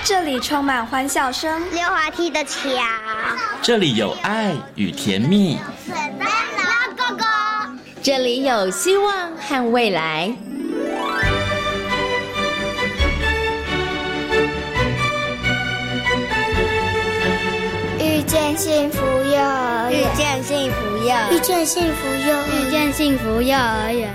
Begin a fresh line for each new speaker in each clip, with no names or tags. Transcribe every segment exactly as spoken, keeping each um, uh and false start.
这里充满欢笑声，
溜滑梯的桥，
这里有爱与甜蜜，
水灯笼哥哥，
这里有希望和未来。
遇见幸福幼儿园，
遇见幸福幼儿园，
遇见幸福幼儿园，
遇见幸福幼儿园。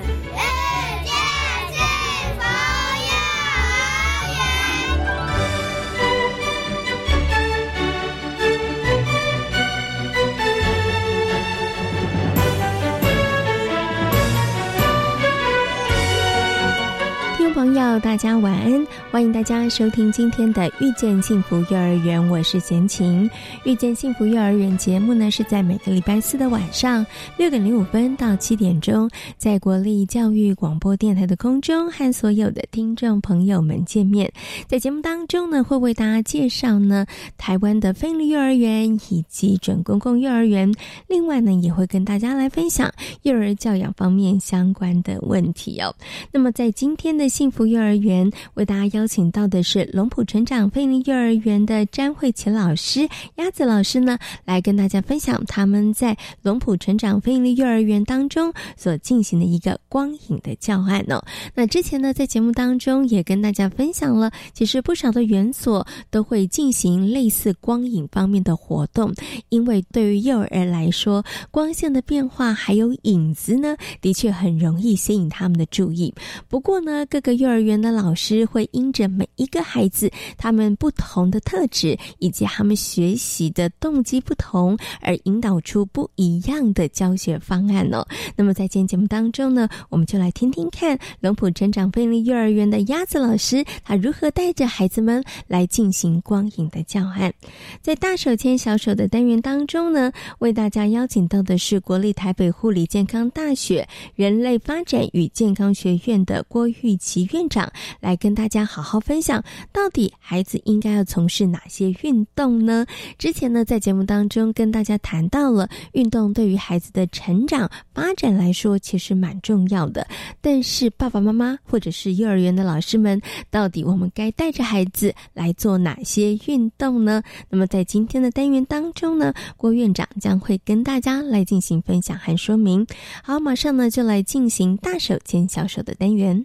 朋友大家晚安，欢迎大家收听今天的遇见幸福幼儿园，我是贤琴。遇见幸福幼儿园节目呢，是在每个礼拜四的晚上六点零五分到七点钟，在国立教育广播电台的空中和所有的听众朋友们见面。在节目当中呢，会为大家介绍呢台湾的非营利幼儿园以及准公共幼儿园，另外呢也会跟大家来分享幼儿教养方面相关的问题哦。那么在今天的幸福幼儿园为大家邀请到的是龙埔成长非营利幼儿园的詹慧琪老师，鸭子老师呢来跟大家分享他们在龙埔成长非营利幼儿园当中所进行的一个光影的教案哦。那之前呢在节目当中也跟大家分享了，其实不少的园所都会进行类似光影方面的活动，因为对于幼儿来说，光线的变化还有影子呢的确很容易吸引他们的注意。不过呢各个幼儿园的老师会因着每一个孩子他们不同的特质以及他们学习的动机不同，而引导出不一样的教学方案哦。那么在今天节目当中呢，我们就来听听看龙埔成长非营利幼儿园的鸭子老师他如何带着孩子们来进行光影的教案。在大手牵小手的单元当中呢，为大家邀请到的是国立台北护理健康大学人类发展与健康学院的郭玉琪院长，来跟大家好好分享到底孩子应该要从事哪些运动呢？之前呢在节目当中跟大家谈到了运动对于孩子的成长发展来说其实蛮重要的，但是爸爸妈妈或者是幼儿园的老师们，到底我们该带着孩子来做哪些运动呢？那么在今天的单元当中呢，郭院长将会跟大家来进行分享和说明。好，马上呢就来进行大手牵小手的单元。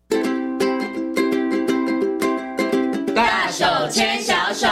大手牵小手，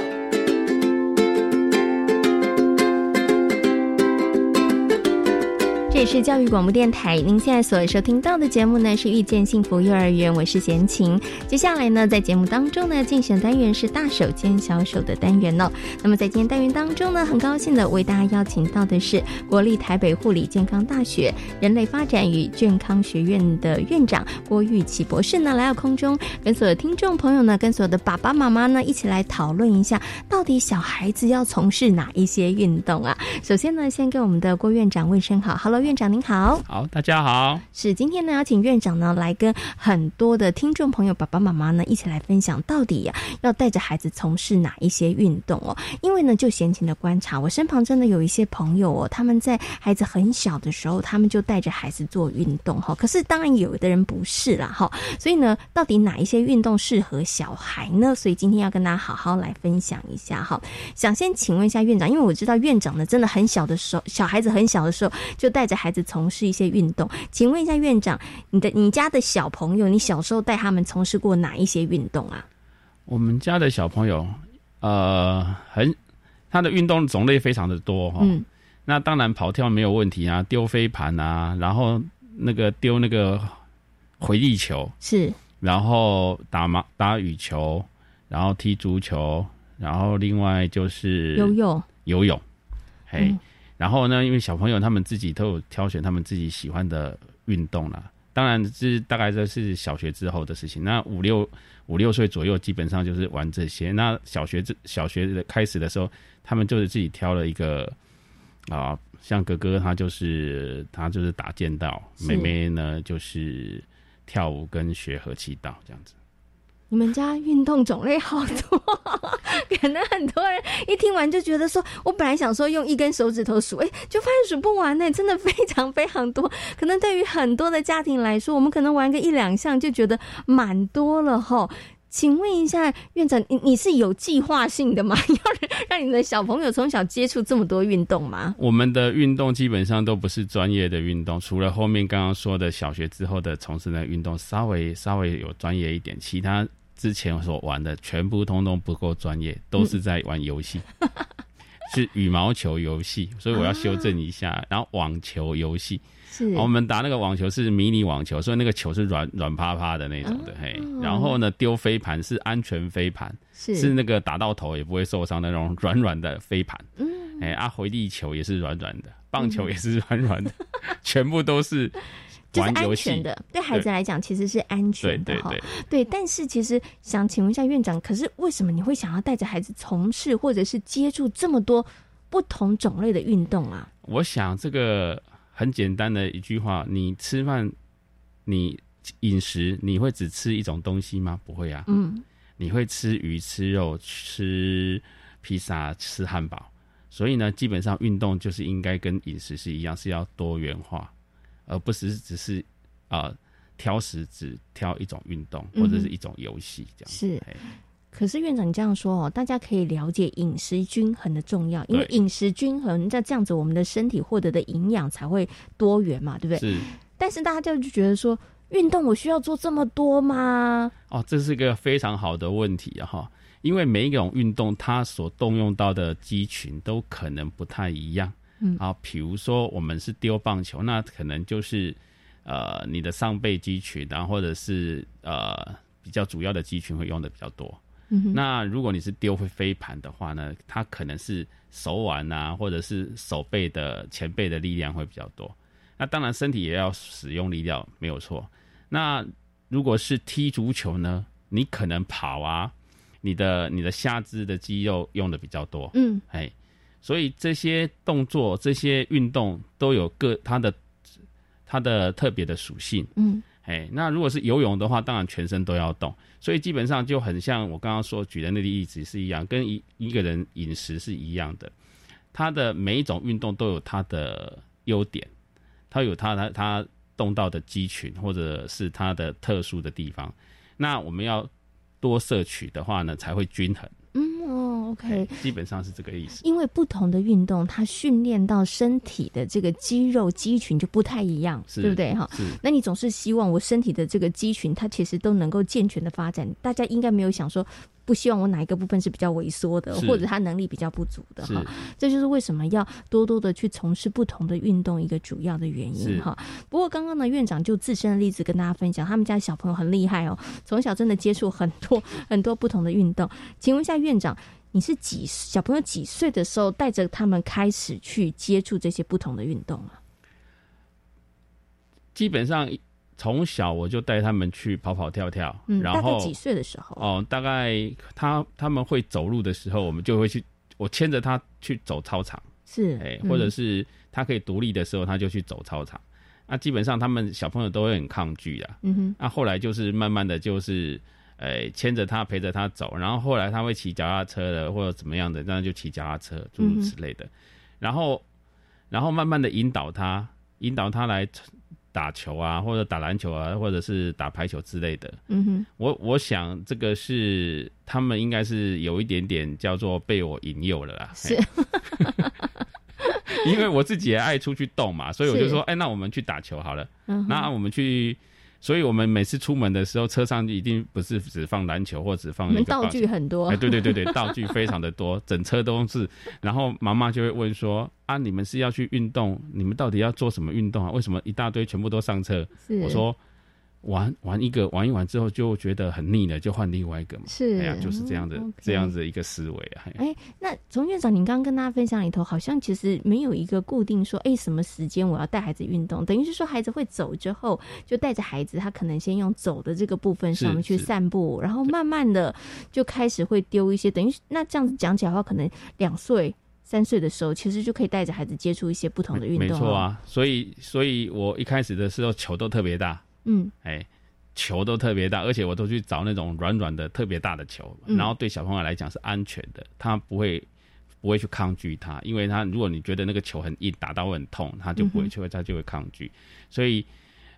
这里是教育广播电台，您现在所收听到的节目呢是遇见幸福幼儿园，我是贤琴。接下来呢在节目当中呢竞选单元是大手牵小手的单元哦。那么在今天单元当中呢，很高兴的为大家邀请到的是国立台北护理健康大学人类发展与健康学院的院长郭玉琪博士呢来到空中，跟所有的听众朋友呢，跟所有的爸爸妈妈呢一起来讨论一下，到底小孩子要从事哪一些运动啊？首先呢，先跟我们的郭院长问声好。 Hello， 院长您好。
好，大家好。
是，今天呢要请院长呢来跟很多的听众朋友爸爸妈妈呢一起来分享，到底呀、啊、要带着孩子从事哪一些运动哦？因为呢就闲情的观察，我身旁真的有一些朋友哦，他们在孩子很小的时候，他们就带着孩子做运动哈。可是当然有的人不是啦哈，所以呢，到底哪一些运动适合小孩呢？所以今天要跟大家好好来分享一下哈。想先请问一下院长，因为我知道院长呢真的很小的时候，小孩子很小的时候就带着孩子从事一些运动，请问一下院长，你的你家的小朋友，你小时候带他们从事过哪一些运动啊？
我们家的小朋友，呃，很他的运动种类非常的多哈、哦。嗯，那当然跑跳没有问题啊，丢飞盘啊，然后那个丢那个回力球
是，
然后打马打羽球，然后踢足球，然后另外就是
游泳，
游泳，嘿。嗯，然后呢，因为小朋友他们自己都有挑选他们自己喜欢的运动啦，当然这大概这是小学之后的事情。那五六五六岁左右，基本上就是玩这些。那小学小学的开始的时候，他们就是自己挑了一个啊，像哥哥他就是他就是打剑道，妹妹呢就是跳舞跟学合气道这样子。
你们家运动种类好多，可能很多人一听完就觉得说，我本来想说用一根手指头数，哎，就发现数不完呢，真的非常非常多。可能对于很多的家庭来说，我们可能玩个一两项就觉得蛮多了齁。 请问一下院长，你你是有计划性的吗？要让你的小朋友从小接触这么多运动吗？
我们的运动基本上都不是专业的运动，除了后面刚刚说的小学之后的从事的运动稍微稍微有专业一点，其他之前所玩的全部通通不够专业，都是在玩游戏。嗯是羽毛球游戏，所以我要修正一下。啊、然后网球游戏，是我们打那个网球是迷你网球，所以那个球是软软趴趴的那种的。哦、嘿，然后呢，丢飞盘是安全飞盘，是是那个打到头也不会受伤的那种软软的飞盘。嗯，哎，啊，回力球也是软软的，棒球也是软软的，嗯、全部都是。
就是安全的，对孩子来讲其实是安全的哈。对，但是其实想请问一下院长，可是为什么你会想要带着孩子从事或者是接触这么多不同种类的运动啊？
我想这个很简单的一句话，你吃饭，你饮食你会只吃一种东西吗？不会啊。嗯，你会吃鱼、吃肉、吃披萨、吃汉堡，所以呢，基本上运动就是应该跟饮食是一样，是要多元化。而不是只是呃挑食，只挑一种运动或者是一种游戏这样子。是，
可是院长你这样说哦，大家可以了解饮食均衡的重要，因为饮食均衡，在这样子我们的身体获得的营养才会多元嘛，对不对？是。但是大家就觉得说，运动我需要做这么多吗？
哦，这是个非常好的问题啊哈，因为每一种运动它所动用到的肌群都可能不太一样。嗯，啊，比如说我们是丢棒球，那可能就是呃你的上背肌群，然后或者是呃比较主要的肌群会用的比较多。嗯，那如果你是丢飞盘的话呢，它可能是手腕啊，或者是手背的前背的力量会比较多。那当然身体也要使用力量，没有错。那如果是踢足球呢，你可能跑啊，你的你的下肢的肌肉用的比较多。嗯，哎。所以这些动作、这些运动都有各它的它的特别的属性。嗯，哎，那如果是游泳的话，当然全身都要动，所以基本上就很像我刚刚说举的那个例子是一样，跟一一个人饮食是一样的。它的每一种运动都有它的优点，它有它它它动到的肌群或者是它的特殊的地方。那我们要多摄取的话呢，才会均衡。
OK，
基本上是这个意思。
因为不同的运动，它训练到身体的这个肌肉肌群就不太一样，对不对？哈，那你总是希望我身体的这个肌群，它其实都能够健全的发展。大家应该没有想说，不希望我哪一个部分是比较萎缩的，或者它能力比较不足的哈。这就是为什么要多多的去从事不同的运动一个主要的原因哈。不过刚刚呢，院长就自身的例子跟大家分享，他们家小朋友很厉害哦，从小真的接触很多很多不同的运动。请问一下院长，你是几小朋友几岁的时候带着他们开始去接触这些不同的运动啊？
基本上从小我就带他们去跑跑跳跳，
嗯，
然后
大概几岁的时候？
哦，大概他他们会走路的时候，我们就会去，我牵着他去走操场，
是，
哎、欸，或者是他可以独立的时候，他就去走操场。那、啊、基本上他们小朋友都会很抗拒的，嗯哼。那、啊、后来就是慢慢的就是。呃，牵着他陪着他走，然后后来他会骑脚踏车的或者怎么样的，那就骑脚踏车诸如此类的、嗯、然后然后慢慢的引导他引导他来打球啊，或者打篮球啊，或者是打排球之类的。嗯哼，我我想这个是他们应该是有一点点叫做被我引诱了啦，是因为我自己也爱出去动嘛，所以我就说哎、欸、那我们去打球好了、嗯、那我们去，所以我们每次出门的时候，车上一定不是只放篮球或只放一个
道具很多。
哎，对对对对，道具非常的多，整车都是。然后妈妈就会问说：“啊，你们是要去运动？你们到底要做什么运动啊？为什么一大堆全部都上车？”我说：“玩玩一个，玩一玩之后就觉得很腻了，就换另外一个嘛。”是，哎呀，就是这样子、嗯 okay、这样子的一个思维啊。
哎，那从院长，您刚刚跟大家分享里头，好像其实没有一个固定说，哎，什么时间我要带孩子运动，等于是说孩子会走之后，就带着孩子，他可能先用走的这个部分上面去散步，然后慢慢的就开始会丢一些，等于那这样子讲起来的话，可能两岁。三岁的时候，其实就可以带着孩子接触一些不同的运动、哦。没错
啊，所以，所以我一开始的时候球都特别大，嗯，哎，球都特别大，而且我都去找那种软软的、特别大的球，嗯、然后对小朋友来讲是安全的，他不会不会去抗拒它，因为他如果你觉得那个球很硬，打到会很痛，他就不会，就会他就会抗拒。所以，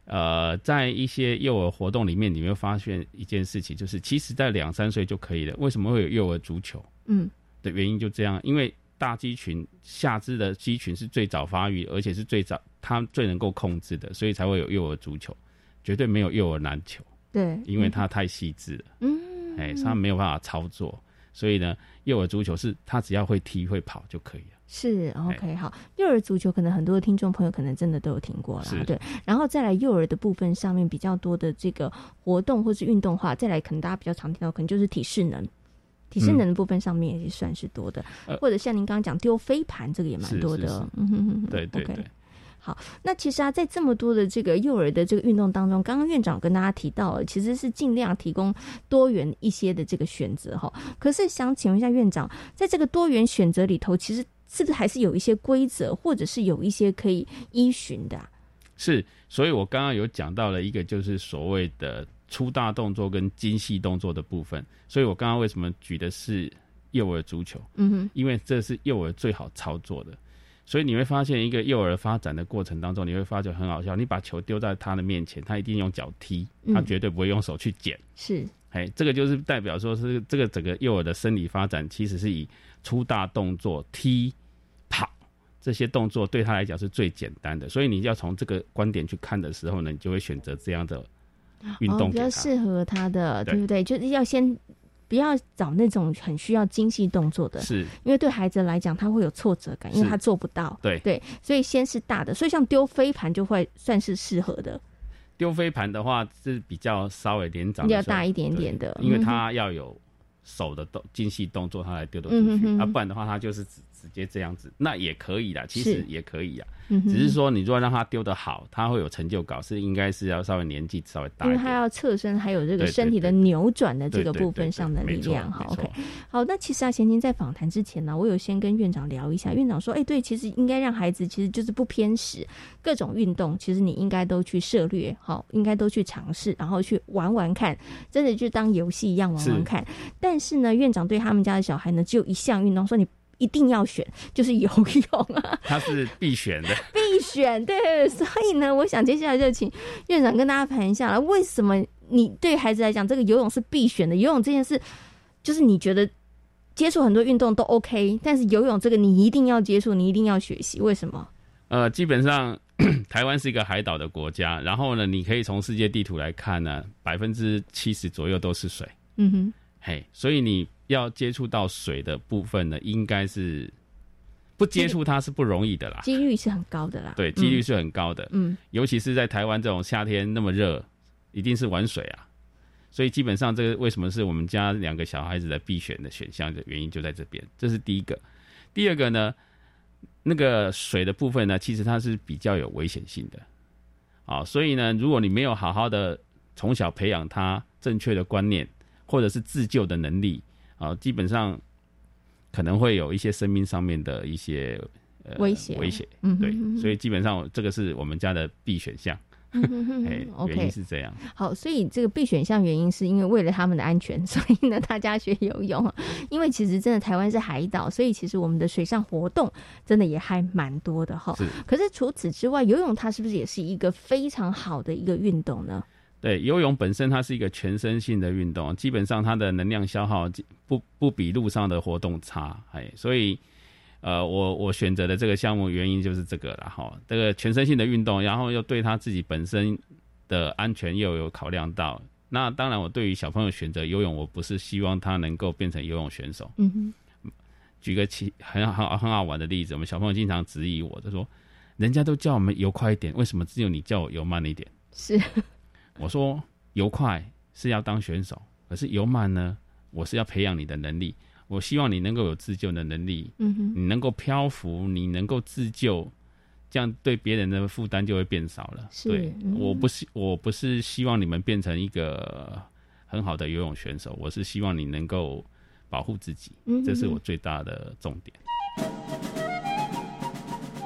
呃，在一些幼儿活动里面，你会发现一件事情，就是其实在两三岁就可以了。为什么会有幼儿足球？嗯，的原因就这样，因为大肌群下肢的肌群是最早发育，而且是最早它最能够控制的，所以才会有幼儿足球，绝对没有幼儿篮球。对，因为它太细致了，嗯，哎，它没有办法操作，所以呢，幼儿足球是它只要会踢会跑就可以了。
是 OK 好，幼儿足球可能很多的听众朋友可能真的都有听过啦，对。然后再来幼儿的部分上面比较多的这个活动或是运动化，再来可能大家比较常听到，可能就是体适能。体适能的部分上面也算是多的，嗯、或者像您刚刚讲丢飞盘，这个也蛮多的。是是是嗯哼哼对对对。Okay好，那其实啊，在这么多的这个幼儿的这个运动当中，刚刚院长跟大家提到了，其实是尽量提供多元一些的这个选择哈。可是想请问一下院长，在这个多元选择里头，其实是不是还是有一些规则，或者是有一些可以依循的、啊？是，所以我刚刚有讲到了一个，就是所谓的粗大动作跟精细动作的部分。所以我刚刚为什么举的是幼儿足球？嗯哼，因为这是幼儿最好操作的。所以你会发现，一个幼儿发展的过程当中，你会发觉很好笑。你把球丢在他的面前，他一定用脚踢，他绝对不会用手去捡。是，哎，这个就是代表说是这个整个幼儿的生理发展，其实是以粗大动作、踢、跑这些动作对他来讲是最简单的。所以你要从这个观点去看的时候呢，你就会选择这样的运动给他，哦，比较适合他的，对不对？就是要先。不要找那种很需要精细动作的，是因为对孩子来讲他会有挫折感，因为他做不到。对对，所以先是大的，所以像丢飞盘就会算是适合的。丢飞盘的话是比较稍微年长的，比较大一点点的，因为他要有手的动精细动作，他来丢得出去，嗯、啊，不然的话他就是直直接这样子，那也可以啦，其实也可以啦。只是说你如果让他丢得好，他会有成就感，是应该是要稍微年纪稍微大一点，因为他要侧身，还有这个身体的扭转的这个部分上的力量。好 ，OK， 好，那其实啊，贤琴在访谈之前呢、啊，我有先跟院长聊一下，院长说，哎、欸，对，其实应该让孩子其实就是不偏食，各种运动其实你应该都去涉略，好，应该都去尝试，然后去玩玩看，真的就当游戏一样玩玩看。但是呢，院长对他们家的小孩呢，只有一项运动，说你一定要选，就是游泳啊，它是必选的，必选。对，所以呢，我想接下来就请院长跟大家谈一下了，为什么你对孩子来讲，这个游泳是必选的？游泳这件事，就是你觉得接触很多运动都 OK， 但是游泳这个你一定要接触，你一定要学习，为什么？呃，基本上台湾是一个海岛的国家，然后呢，你可以从世界地图来看呢，百分之七十左右都是水。嗯哼，嘿，所以你要接触到水的部分呢，应该是不接触它是不容易的啦，几率是很高的啦。对，几率是很高的。嗯，尤其是在台湾这种夏天那么热，一定是玩水啊。所以基本上这个为什么是我们家两个小孩子的必选的选项的原因就在这边，这是第一个。第二个呢，那个水的部分呢，其实它是比较有危险性的。啊，所以呢，如果你没有好好的从小培养他正确的观念，或者是自救的能力啊，基本上可能会有一些生命上面的一些、呃、危险危险，嗯，对，所以基本上这个是我们家的必选项。嗯欸、原因是这样。Okay. 好，所以这个必选项原因是因为为了他们的安全，所以呢大家学游泳。因为其实真的台湾是海岛，所以其实我们的水上活动真的也还蛮多的哈。可是除此之外，游泳它是不是也是一个非常好的一个运动呢？对，游泳本身它是一个全身性的运动，基本上它的能量消耗不不比陆上的活动差，哎，所以呃，我我选择的这个项目原因就是这个啦，哈，这个全身性的运动，然后又对他自己本身的安全又有考量到。那当然，我对于小朋友选择游泳，我不是希望他能够变成游泳选手。嗯哼，举个其很好很好玩的例子，我们小朋友经常质疑我，就说人家都叫我们游快一点，为什么只有你叫我游慢一点？是。我说游快是要当选手，可是游慢呢，我是要培养你的能力。我希望你能够有自救的能力，嗯哼，你能够漂浮，你能够自救，这样对别人的负担就会变少了。对，嗯、我不是我不是希望你们变成一个很好的游泳选手，我是希望你能够保护自己，嗯、这是我最大的重点。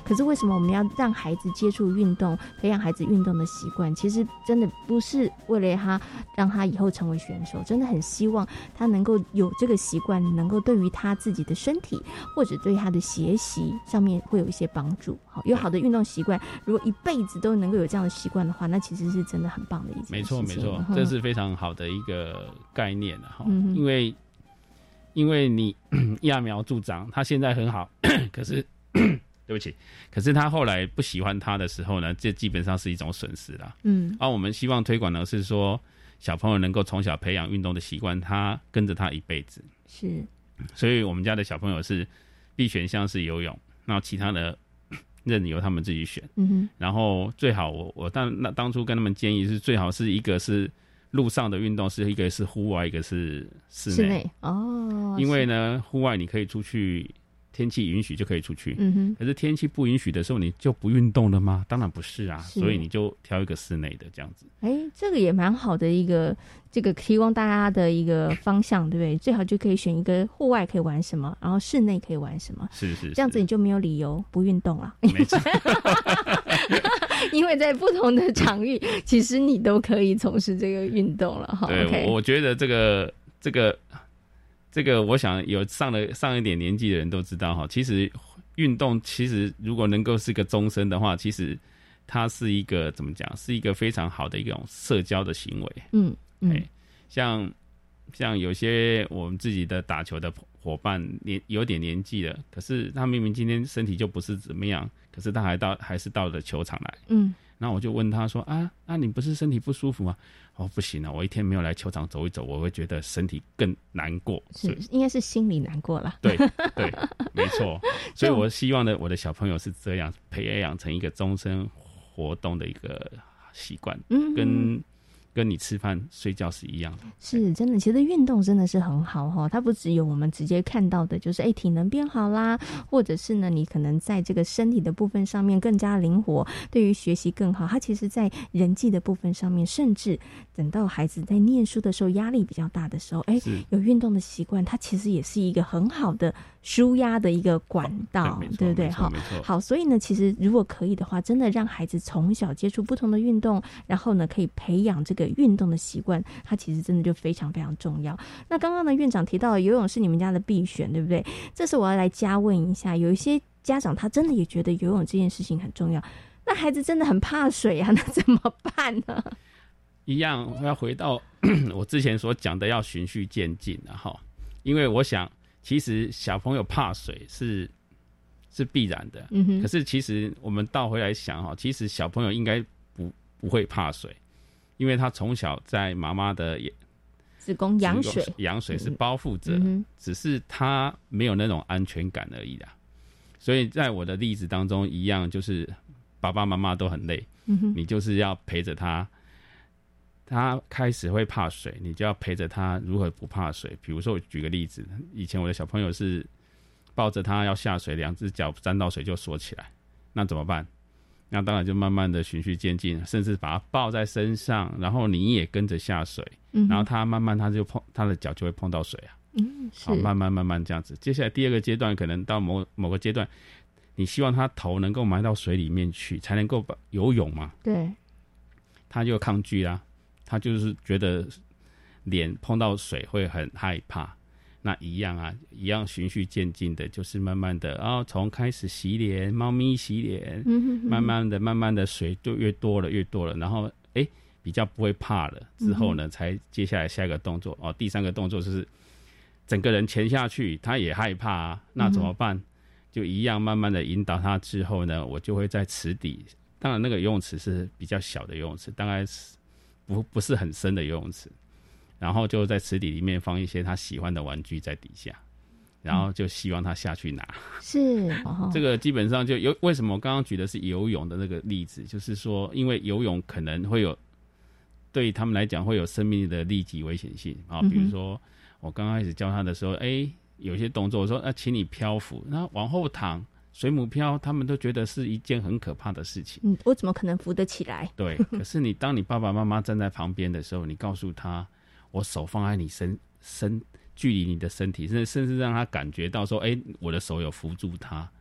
可是为什么我们要让孩子接触运动，培养孩子运动的习惯？其实真的不是为了他让他以后成为选手，真的很希望他能够有这个习惯，能够对于他自己的身体或者对他的学习上面会有一些帮助。好，有好的运动习惯，如果一辈子都能够有这样的习惯的话，那其实是真的很棒的一件事情。
没错没错，这是非常好的一个概念了哈、
嗯。
因为因为你揠苗助长，他现在很好，可是对不起，可是他后来不喜欢他的时候呢，这基本上是一种损失啦。
嗯，
而、啊、我们希望推广的是说，小朋友能够从小培养运动的习惯，他跟着他一辈子。
是，
所以我们家的小朋友是必选项是游泳，那其他的任由他们自己选。
嗯哼，
然后最好我我当那当初跟他们建议是，最好是一个是路上的运动，是一个是户外，一个是室内。
室内哦，
因为呢，户外你可以出去，天气允许就可以出去。
嗯哼，
可是天气不允许的时候，你就不运动了吗？当然不是啊，
是，
所以你就挑一个室内的这样子。
哎，这个也蛮好的一个，这个提供大家的一个方向，对不对？最好就可以选一个户外可以玩什么，然后室内可以玩什么。
是 是, 是，
这样子你就没有理由不运动了。
没错。
因为在不同的场域，其实你都可以从事这个运动了哈。
对，
okay
我觉得这个这个这个，我想有上了上一点年纪的人都知道哈。其实运动其实如果能够是个终身的话，其实它是一个怎么讲，是一个非常好的一种社交的行为。
嗯嗯，
像像有些我们自己的打球的伙伴年有点年纪了，可是他明明今天身体就不是怎么样，可是他还到还是到了球场来。
嗯，
然后我就问他说啊啊，你不是身体不舒服吗？哦，不行啊，我一天没有来球场走一走，我会觉得身体更难过。
是，应该是心里难过了。
对对，没错。所以我希望呢，我的小朋友是这样培养成一个终身活动的一个习惯，嗯，跟跟你吃饭睡觉是一样的。
是，真的，其实运动真的是很好哈，它不只有我们直接看到的，就是哎体能变好啦，或者是呢你可能在这个身体的部分上面更加灵活，对于学习更好。它其实在人际的部分上面，甚至等到孩子在念书的时候压力比较大的时候，哎有运动的习惯，它其实也是一个很好的抒压的一个管道，对, 对不对？好，好，所以呢，其实如果可以的话，真的让孩子从小接触不同的运动，然后呢可以培养这个运动的习惯，它其实真的就非常非常重要。那刚刚呢院长提到游泳是你们家的必选，对不对？这时我要来加问一下，有一些家长他真的也觉得游泳这件事情很重要，那孩子真的很怕水啊，那怎么办呢？
一样要回到我之前所讲的，要循序渐进啊哈，因为我想其实小朋友怕水是是必然的，嗯哼，可是其实我们倒回来想哈，其实小朋友应该不不会怕水，因为他从小在妈妈的
子宫羊水
羊水是包覆着、嗯，只是他没有那种安全感而已啦。所以在我的例子当中一样，就是爸爸妈妈都很累，嗯、你就是要陪着他。他开始会怕水，你就要陪着他如何不怕水。比如说我举个例子，以前我的小朋友是抱着他要下水，两只脚沾到水就缩起来，那怎么办？那当然就慢慢的循序渐进，甚至把他抱在身上，然后你也跟着下水、嗯、然后他慢慢他就碰他的脚就会碰到水啊，嗯，是，好，慢慢慢慢这样子。接下来第二个阶段，可能到某某个阶段，你希望他头能够埋到水里面去，才能够游泳嘛？对，他就抗拒啦。他就是觉得脸碰到水会很害怕，那一样啊，一样循序渐进的，就是慢慢的，然后从开始洗脸，猫咪洗脸、嗯，慢慢的、慢慢的水就越多了，越多了，然后哎比较不会怕了，之后呢，嗯、才接下来下一个动作哦，第三个动作就是整个人潜下去，他也害怕啊，那怎么办？嗯、就一样慢慢的引导他之后呢，我就会在池底，当然那个游泳池是比较小的游泳池，大概是。不不是很深的游泳池，然后就在池底里面放一些他喜欢的玩具在底下，然后就希望他下去拿。是，这个基本上就有为什么我刚刚举的是游泳的那个例子，就是说，因为游泳可能会有对他们来讲会有生命的立即危险性啊，比如说我刚开始教他的时候，哎，有些动作我说啊，请你漂浮，然后往后躺。水母漂，他们都觉得是一件很可怕的事情。
嗯，我怎么可能扶得起来？
对，可是你当你爸爸妈妈站在旁边的时候，你告诉他，我手放在你身身距离你的身体，甚至甚至让他感觉到说，哎，我的手有扶住他，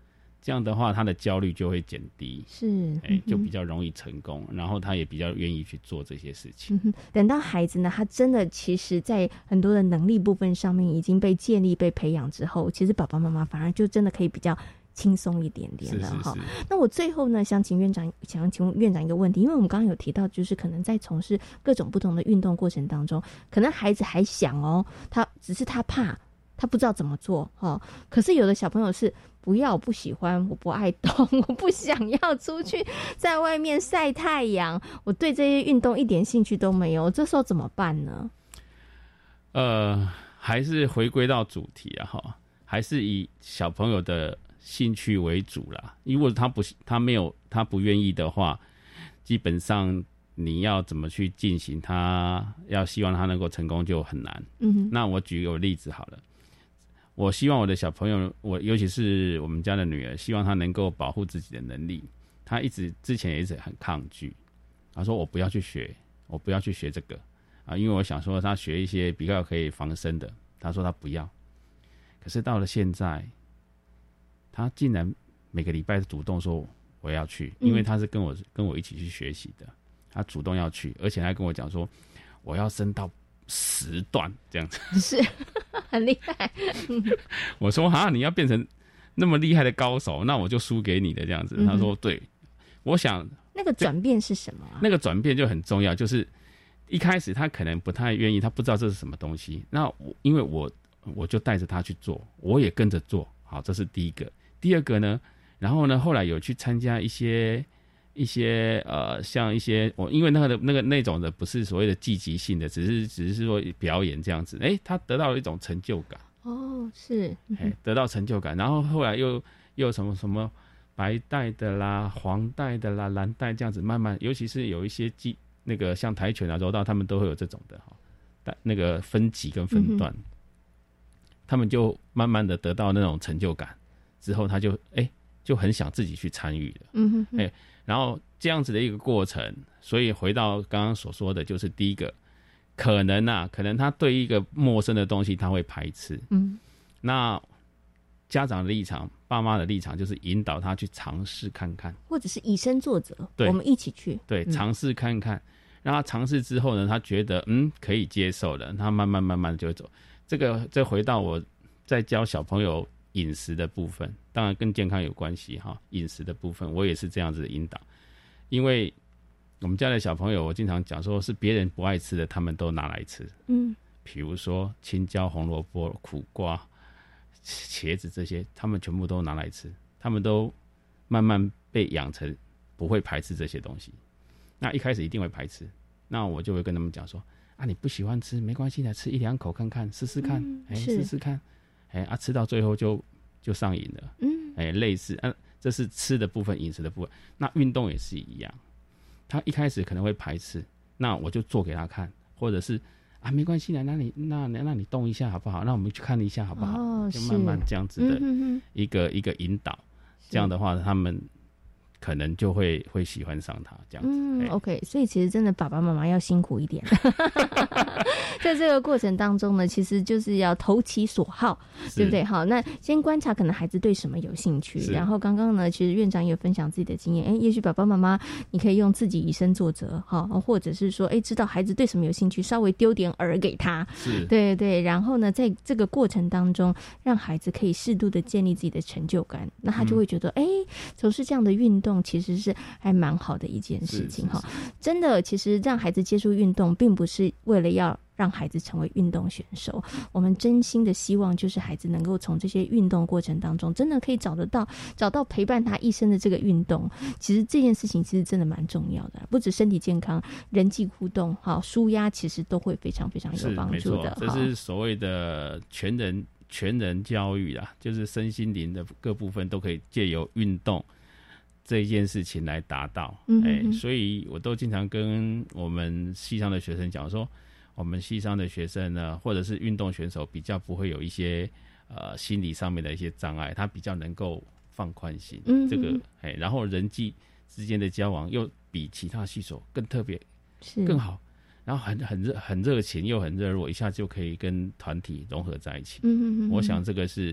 这样的话他的焦虑就会减低，
是，
哎，就比较容易成功，然后他也比较愿意去做这些事情。
嗯、等到孩子呢，他真的其实在很多的能力部分上面已经被建立被培养之后，其实爸爸妈妈反而就真的可以比较轻松一点点了哈。那我最后呢，想请院长，想请问院长一个问题，因为我们刚刚有提到，就是可能在从事各种不同的运动过程当中，可能孩子还想哦，他只是他怕，他不知道怎么做哈。可是有的小朋友是不要，我不喜欢，我不爱动，我不想要出去在外面晒太阳，我对这些运动一点兴趣都没有，这时候怎么办呢？
呃，还是回归到主题啊哈，还是以小朋友的兴趣为主啦。如果他不他没有他不愿意的话，基本上你要怎么去进行，他要希望他能够成功就很难。嗯哼，那我举个例子好了。我希望我的小朋友，我尤其是我们家的女儿，希望她能够保护自己的能力。她一直之前也一直很抗拒，她说我不要去学，我不要去学这个啊，因为我想说她学一些比较可以防身的，她说她不要。可是到了现在，她竟然每个礼拜主动说我要去，因为她是跟我跟我一起去学习的，她主动要去，而且还跟我讲说我要升到十段这样子，
是很厉害。
我说哈，你要变成那么厉害的高手，那我就输给你的这样子。嗯、他说对，我想
那个转变是什么、啊？
那个转变就很重要，就是一开始他可能不太愿意，他不知道这是什么东西。那我因为我我就带着他去做，我也跟着做，好，这是第一个。第二个呢，然后呢，后来有去参加一些。一些呃，像一些我因为那个的那个那种的不是所谓的积极性的，只是只是说表演这样子，哎、欸，他得到了一种成就感。
哦，是，
哎、欸，得到成就感，然后后来又又什么什么白带的啦、黄带的啦、蓝带这样子，慢慢，尤其是有一些技那个像跆拳啊、柔道，他们都会有这种的哈，但那个分级跟分段、嗯，他们就慢慢的得到那种成就感，之后他就哎、欸、就很想自己去参与了。嗯哼，哎。欸然后这样子的一个过程，所以回到刚刚所说的，就是第一个，可能啊，可能他对一个陌生的东西他会排斥，嗯，那家长的立场、爸妈的立场就是引导他去尝试看看，
或者是以身作则，
对，
我们一起去，
对，尝试看看，让他尝试之后呢，他觉得嗯可以接受了，他慢慢慢慢就会走。这个再回到我在教小朋友饮食的部分，当然跟健康有关系哈。饮食的部分，我也是这样子的引导，因为我们家的小朋友，我经常讲说是别人不爱吃的，他们都拿来吃。嗯，比如说青椒、红萝卜、苦瓜、茄子这些，他们全部都拿来吃，他们都慢慢被养成不会排斥这些东西。那一开始一定会排斥，那我就会跟他们讲说啊，你不喜欢吃没关系的，吃一两口看看，试试看，哎、嗯，试试看。哎啊，吃到最后就就上瘾了。嗯，哎，类似，啊，这是吃的部分，饮食的部分。那运动也是一样，他一开始可能会排斥，那我就做给他看，或者是啊，没关系的，那你那那你动一下好不好？那我们去看一下好不好？哦，就慢慢这样子的一个、嗯、一个引导，这样的话他们可能就会会喜欢上他这样子。
嗯 ，OK， 所以其实真的爸爸妈妈要辛苦一点。在这个过程当中呢，其实就是要投其所好，对不对？好，那先观察可能孩子对什么有兴趣，然后刚刚呢，其实院长也分享自己的经验，哎，也许爸爸妈妈你可以用自己以身作则，哈，或者是说，哎，知道孩子对什么有兴趣，稍微丢点饵给他，
是，
对对，然后呢，在这个过程当中，让孩子可以适度的建立自己的成就感，那他就会觉得，哎、嗯，从事这样的运动其实是还蛮好的一件事情哈。真的，其实让孩子接触运动，并不是为了要让孩子成为运动选手，我们真心的希望就是孩子能够从这些运动过程当中真的可以找得到找到陪伴他一生的这个运动。其实这件事情其实真的蛮重要的，不止身体健康，人际互动好舒压其实都会非常非常有帮助的。
这是所谓的全人全人教育啦，就是身心灵的各部分都可以借由运动这一件事情来达到。嗯、欸，所以我都经常跟我们系上的学生讲说，我们系上的学生呢，或者是运动选手，比较不会有一些呃心理上面的一些障碍，他比较能够放宽心。嗯，这个哎、欸，然后人际之间的交往又比其他系手更特别，更好，然后很很热很热情又很热络，一下就可以跟团体融合在一起。嗯嗯嗯，我想这个是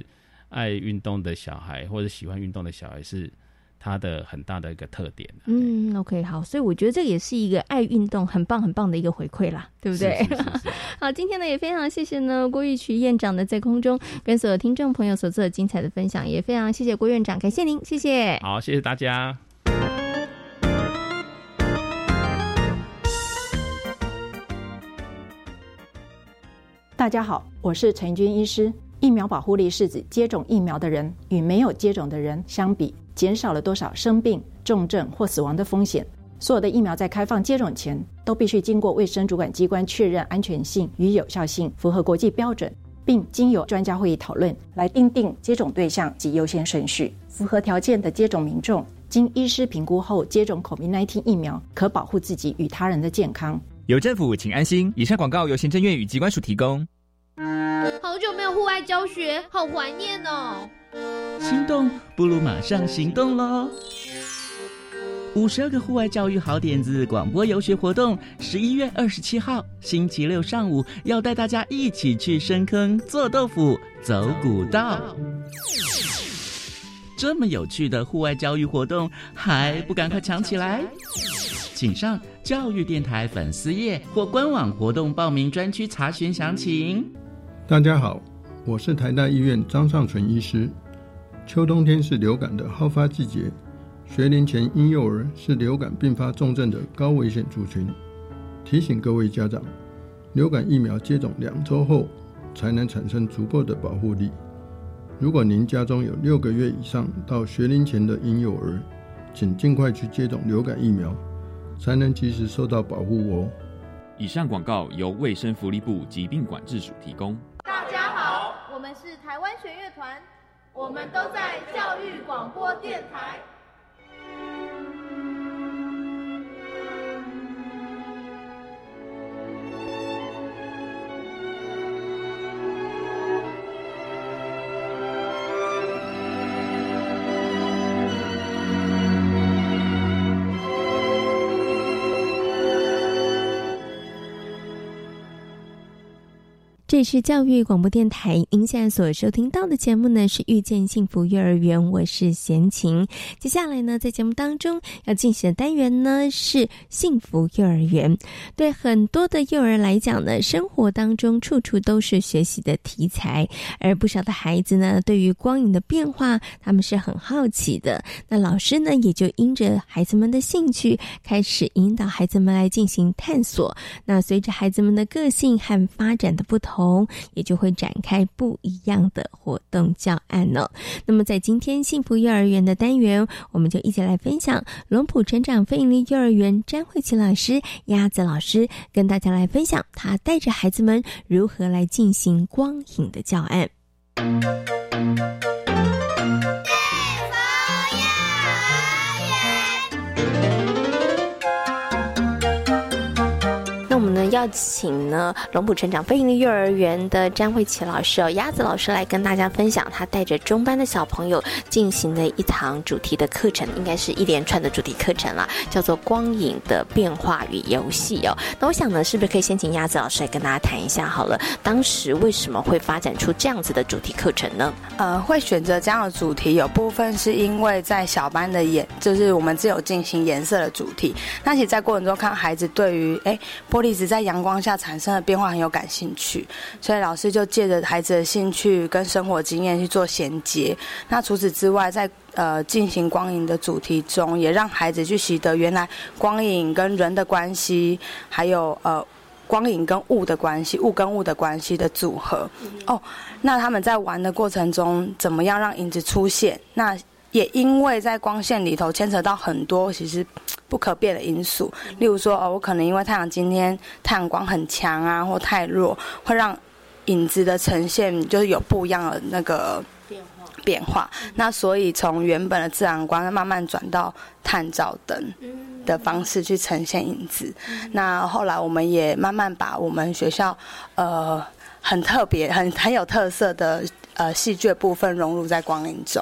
爱运动的小孩或者喜欢运动的小孩是它的很大的一个特点。
嗯 OK 好，所以我觉得这也是一个爱运动很棒很棒的一个回馈啦，对不对？
是是是是
好，今天呢也非常谢谢呢郭玉渠院长的在空中跟所有听众朋友所做的精彩的分享，也非常谢谢郭院长，感谢您，谢谢。
好，谢谢大家。
大家好，我是陈君医师。疫苗保护力是指接种疫苗的人与没有接种的人相比，减少了多少生病、重症或死亡的风险。所有的疫苗在开放接种前，都必须经过卫生主管机关确认安全性与有效性，符合国际标准，并经由专家会议讨论来订定接种对象及优先顺序。符合条件的接种民众，经医师评估后接种 COVID 十九 疫苗，可保护自己与他人的健康。
有政府，请安心。以上广告由行政院与机关署提供。
好久没有户外教学，好怀念哦。
心动不如马上行动咯。五十二个户外教育好点子广播游学活动，十一月二十七号星期六上午要带大家一起去深坑做豆腐、走古道。这么有趣的户外教育活动，还不赶快抢起来？请上教育电台粉丝页或官网活动报名专区查询详情。
大家好，我是台大医院张尚存医师。秋冬天是流感的好发季节，学龄前婴幼儿是流感并发重症的高危险族群。提醒各位家长，流感疫苗接种两周后才能产生足够的保护力。如果您家中有六个月以上到学龄前的婴幼儿，请尽快去接种流感疫苗，才能及时受到保护哦。
以上广告由卫生福利部疾病管制署提供。
大家好，我们是台湾弦乐团，我们都在教育广播电台。
这里是教育广播电台，您现在所收听到的节目呢是遇见幸福幼儿园，我是贤琴。接下来呢，在节目当中要进行的单元呢是幸福幼儿园。对很多的幼儿来讲呢，生活当中处处都是学习的题材，而不少的孩子呢，对于光影的变化，他们是很好奇的。那老师呢，也就因着孩子们的兴趣，开始引导孩子们来进行探索。那随着孩子们的个性和发展的不同，也就会展开不一样的活动教案呢、哦。那么在今天幸福幼儿园的单元，我们就一起来分享龙埔成长非营利幼儿园詹慧琪老师、鸭子老师跟大家来分享他带着孩子们如何来进行光影的教案。我们呢要请呢龙埔成长非营利幼儿园的詹慧琪老师哦，鸭子老师来跟大家分享他带着中班的小朋友进行的一堂主题的课程，应该是一连串的主题课程啦，叫做光影的变化与游戏哦。那我想呢，是不是可以先请鸭子老师来跟大家谈一下好了，当时为什么会发展出这样子的主题课程呢？
呃，会选择这样的主题，有部分是因为在小班的颜，就是我们只有进行颜色的主题。那其实在过程中看孩子对于哎玻璃在阳光下产生的变化很有感兴趣，所以老师就借着孩子的兴趣跟生活经验去做衔接。那除此之外，在呃进行光影的主题中，也让孩子去习得原来光影跟人的关系，还有呃光影跟物的关系，物跟物的关系的组合。哦，那他们在玩的过程中，怎么样让影子出现？那也因为在光线里头牵扯到很多其实不可变的因素，例如说哦，我可能因为太阳今天太阳光很强啊，或太弱，会让影子的呈现就是有不一样的那个变化。变化。那所以从原本的自然光慢慢转到探照灯的方式去呈现影子。那后来我们也慢慢把我们学校呃很特别、很很有特色的呃戏剧部分融入在光影中。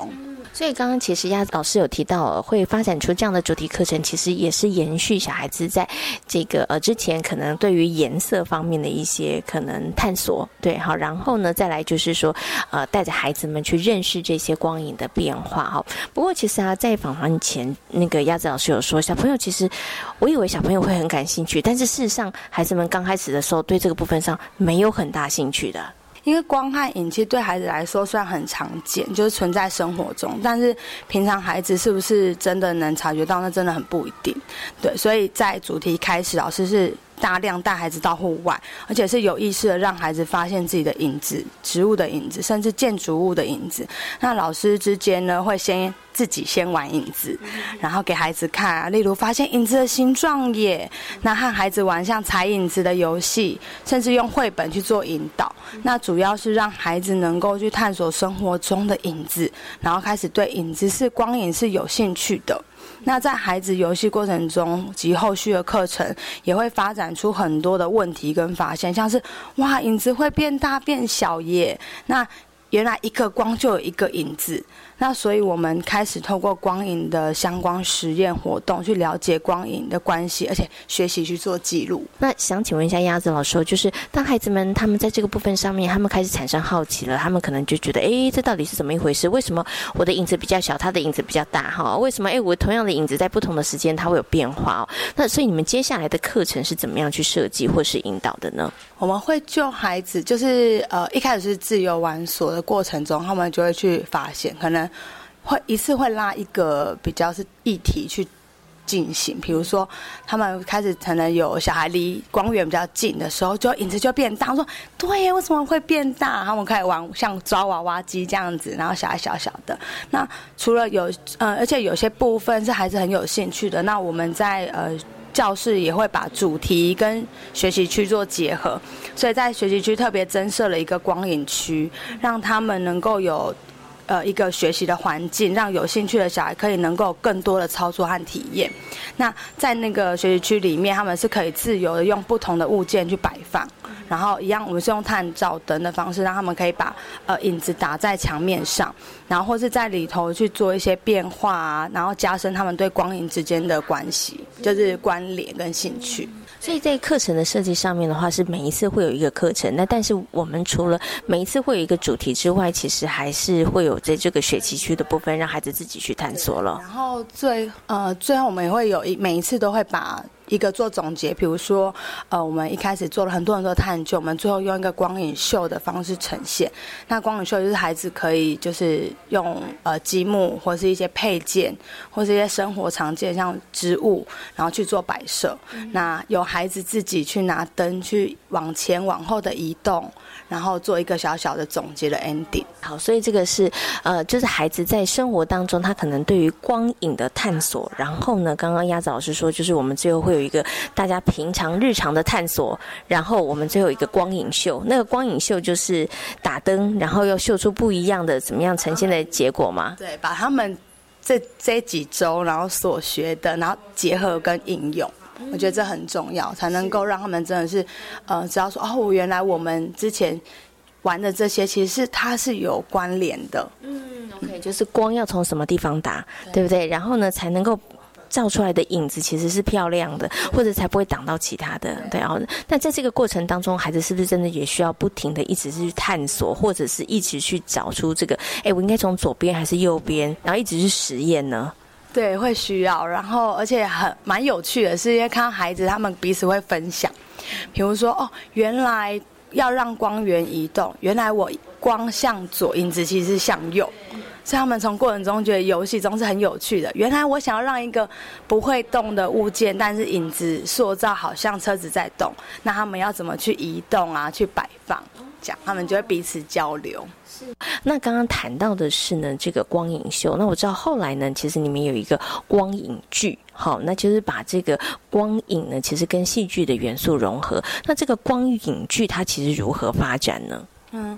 所以刚刚其实鸭子老师有提到会发展出这样的主题课程，其实也是延续小孩子在这个呃之前可能对于颜色方面的一些可能探索，对，好，然后呢再来就是说呃带着孩子们去认识这些光影的变化哈。不过其实啊在访谈前那个鸭子老师有说，小朋友其实我以为小朋友会很感兴趣，但是事实上孩子们刚开始的时候对这个部分上没有很大兴趣的。
因为光和影其实对孩子来说虽然很常见，就是存在生活中，但是平常孩子是不是真的能察觉到，那真的很不一定。对，所以在主题开始，老师是大量带孩子到户外，而且是有意识的让孩子发现自己的影子，植物的影子，甚至建筑物的影子。那老师之间呢，会先自己先玩影子，然后给孩子看啊，例如发现影子的形状耶，那和孩子玩像踩影子的游戏，甚至用绘本去做引导。那主要是让孩子能够去探索生活中的影子，然后开始对影子是光影是有兴趣的。那在孩子游戏过程中及后续的课程，也会发展出很多的问题跟发现，像是哇，影子会变大变小耶，那原来一个光就有一个影子。那所以我们开始透过光影的相关实验活动去了解光影的关系，而且学习去做记录。
那想请问一下鸭子老师，就是当孩子们他们在这个部分上面他们开始产生好奇了，他们可能就觉得诶这到底是怎么一回事，为什么我的影子比较小，他的影子比较大哈？为什么诶我同样的影子在不同的时间它会有变化哦？那所以你们接下来的课程是怎么样去设计或是引导的呢？
我们会就孩子就是呃一开始是自由玩索的过程中，他们就会去发现，可能会一次会拉一个比较是议题去进行，比如说他们开始可能有小孩离光源比较近的时候，就影子就变大，说对耶，为什么会变大？他们开始玩像抓娃娃机这样子，然后小孩小小的。那除了有呃，而且有些部分是孩子很有兴趣的，那我们在呃教室也会把主题跟学习区做结合，所以在学习区特别增设了一个光影区，让他们能够有呃一个学习的环境，让有兴趣的小孩可以能够有更多的操作和体验。那在那个学习区里面，他们是可以自由的用不同的物件去摆放，然后一样我们是用探照灯的方式，让他们可以把呃影子打在墙面上，然后或是在里头去做一些变化啊，然后加深他们对光影之间的关系，就是关联跟兴趣。
所以在课程的设计上面的话，是每一次会有一个课程，那但是我们除了每一次会有一个主题之外，其实还是会有在这个学习区的部分让孩子自己去探索了。
然后最呃最后我们也会有一每一次都会把一个做总结，比如说呃我们一开始做了很多很多探究，我们最后用一个光影秀的方式呈现。那光影秀就是孩子可以就是用呃积木或是一些配件或是一些生活常见像植物，然后去做摆设。嗯、那由孩子自己去拿灯去往前往后的移动，然后做一个小小的总结的 ending。
好，所以这个是呃就是孩子在生活当中他可能对于光影的探索，然后呢刚刚鸭子老师说就是我们最后会有有一个大家平常日常的探索，然后我们最后有一个光影秀，那个光影秀就是打灯，然后又秀出不一样的怎么样呈现的结果吗？
对，把他们这这几周然后所学的，然后结合跟应用，我觉得这很重要，才能够让他们真的是呃知道说哦，原来我们之前玩的这些其实是它是有关联的。
嗯 ，OK， 就是光要从什么地方打， 对， 对不对？然后呢才能够照出来的影子其实是漂亮的，或者才不会挡到其他的。对，然后但在这个过程当中，孩子是不是真的也需要不停的一直去探索，或者是一直去找出这个，哎，我应该从左边还是右边，然后一直去实验呢？
对，会需要。然后而且很蛮有趣的是，因为看到孩子他们彼此会分享，比如说哦，原来要让光源移动，原来我光向左，影子其实是向右。所以他们从过程中觉得游戏中是很有趣的。原来我想要让一个不会动的物件，但是影子塑造好像车子在动，那他们要怎么去移动啊，去摆放，这样他们就会彼此交流。
是。那刚刚谈到的是呢，这个光影秀。那我知道后来呢，其实你们有一个光影剧，好，那就是把这个光影呢，其实跟戏剧的元素融合。那这个光影剧它其实如何发展呢？
嗯。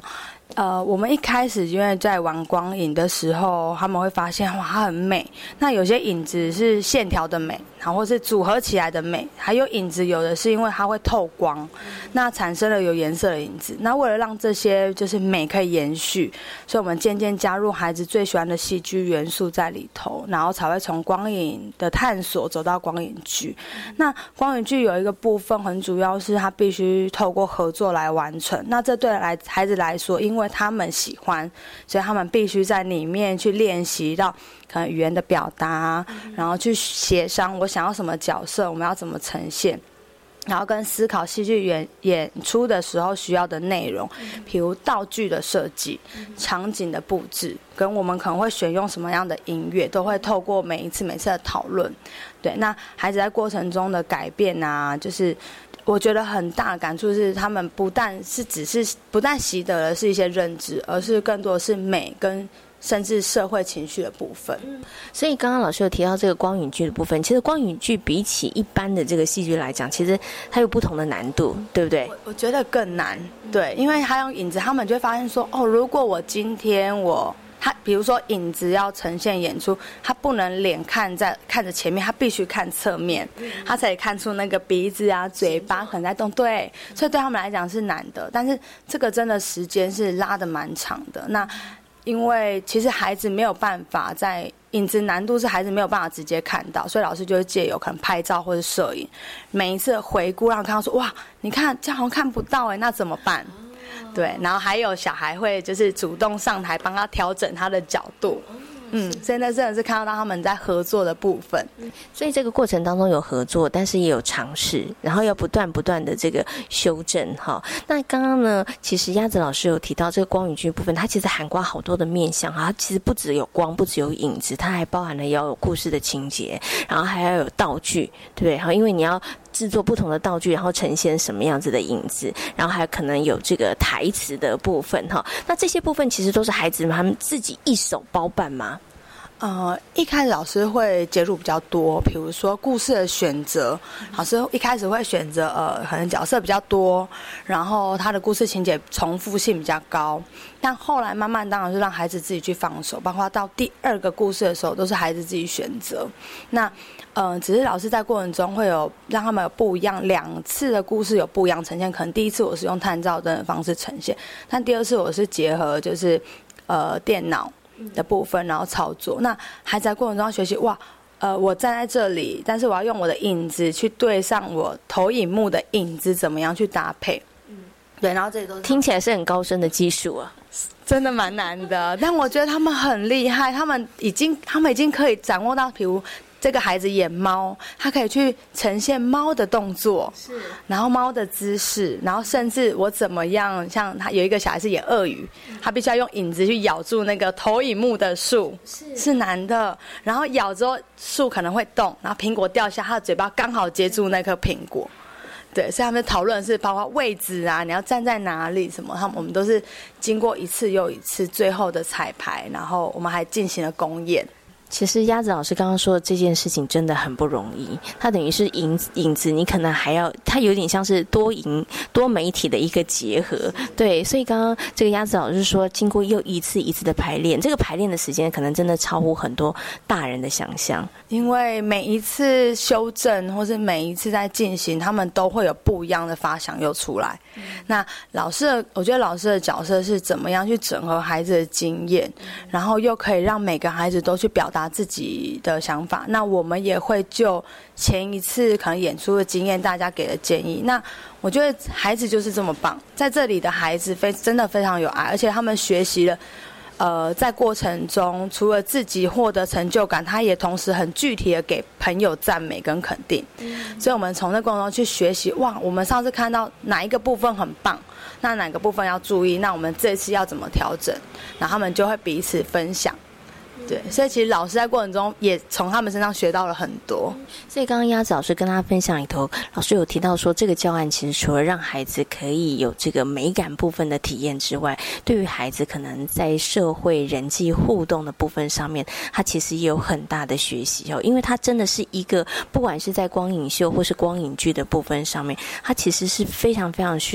呃，我们一开始因为在玩光影的时候，他们会发现哇，它很美。那有些影子是线条的美，然后或是组合起来的美，还有影子有的是因为它会透光，那产生了有颜色的影子。那为了让这些就是美可以延续，所以我们渐渐加入孩子最喜欢的戏剧元素在里头，然后才会从光影的探索走到光影剧。那光影剧有一个部分很主要是它必须透过合作来完成。那这对来孩子来说，因为他们喜欢，所以他们必须在里面去练习到可能语言的表达，然后去协商我想要什么角色，我们要怎么呈现，然后跟思考戏剧演演出的时候需要的内容，比如道具的设计、场景的布置，跟我们可能会选用什么样的音乐，都会透过每一次每次的讨论。对，那孩子在过程中的改变啊，就是我觉得很大的感触是，他们不但是只是不但习得的是一些认知，而是更多的是美跟甚至社会情绪的部分。
所以刚刚老师有提到这个光影剧的部分，其实光影剧比起一般的这个戏剧来讲，其实它有不同的难度，对不对？
我, 我觉得更难，对，因为他用影子，他们就会发现说，哦，如果我今天我他比如说影子要呈现演出，他不能脸看在看着前面，他必须看侧面，他才可以看出那个鼻子啊、嘴巴可能在动。对，所以对他们来讲是难的，但是这个真的时间是拉得蛮长的。那因为其实孩子没有办法在影子难度是孩子没有办法直接看到，所以老师就会借由可能拍照或者摄影，每一次回顾让看到说，哇，你看这样好像看不到哎，那怎么办？对，然后还有小孩会就是主动上台帮他调整他的角度。嗯，所以那真的是看到他们在合作的部分。
所以这个过程当中有合作，但是也有尝试，然后要不断不断的这个修正哈。那刚刚呢，其实鸭子老师有提到这个光影剧部分，它其实涵盖好多的面向哈。它其实不只有光，不只有影子，它还包含了要有故事的情节，然后还要有道具，对不对？哈，因为你要制作不同的道具，然后呈现什么样子的影子，然后还可能有这个台词的部分哈。那这些部分其实都是孩子们他们自己一手包办吗？
呃，一开始老师会介入比较多，比如说故事的选择，老师一开始会选择呃，可能角色比较多，然后他的故事情节重复性比较高。但后来慢慢当然是让孩子自己去放手，包括到第二个故事的时候，都是孩子自己选择。那呃，只是老师在过程中会有让他们有不一样，两次的故事有不一样呈现。可能第一次我是用探照灯的方式呈现，但第二次我是结合就是呃电脑的部分，然后操作。那孩子在过程中要学习，哇，呃，我站在这里，但是我要用我的影子去对上我投影幕的影子，怎么样去搭配？嗯，对，然后这里都是
听起来是很高深的技术啊，
真的蛮难的。但我觉得他们很厉害，他们已经，他们已经可以掌握到，比如这个孩子演猫，他可以去呈现猫的动作，是，然后猫的姿势，然后甚至我怎么样，像他有一个小孩是演鳄鱼，他必须要用影子去咬住那个投影幕的树，是是难的，然后咬之后树可能会动，然后苹果掉下，他的嘴巴刚好接住那颗苹果。对，所以他们讨论的是包括位置啊，你要站在哪里什么，他们我们都是经过一次又一次最后的彩排，然后我们还进行了公演。
其实鸭子老师刚刚说的这件事情真的很不容易，它等于是影影子，你可能还要，它有点像是多影多媒体的一个结合，对，所以刚刚这个鸭子老师说，经过又一次一次的排练，这个排练的时间可能真的超乎很多大人的想象，
因为每一次修正或是每一次在进行，他们都会有不一样的发想又出来。嗯、那老师的，我觉得老师的角色是怎么样去整合孩子的经验，嗯、然后又可以让每个孩子都去表达自己的想法。那我们也会就前一次可能演出的经验，大家给的建议。那我觉得孩子就是这么棒，在这里的孩子非真的非常有爱，而且他们学习了。呃，在过程中，除了自己获得成就感，他也同时很具体的给朋友赞美跟肯定。嗯、所以，我们从那过程中去学习，哇，我们上次看到哪一个部分很棒，那哪个部分要注意，那我们这次要怎么调整？然后他们就会彼此分享。对，所以其实老师在过程中也从他们身上学到了很多。
所以刚刚鸭子老师跟他分享里头，老师有提到说，这个教案其实除了让孩子可以有这个美感部分的体验之外，对于孩子可能在社会人际互动的部分上面，他其实也有很大的学习哦，因为他真的是一个不管是在光影秀或是光影剧的部分上面，他其实是非常非常需要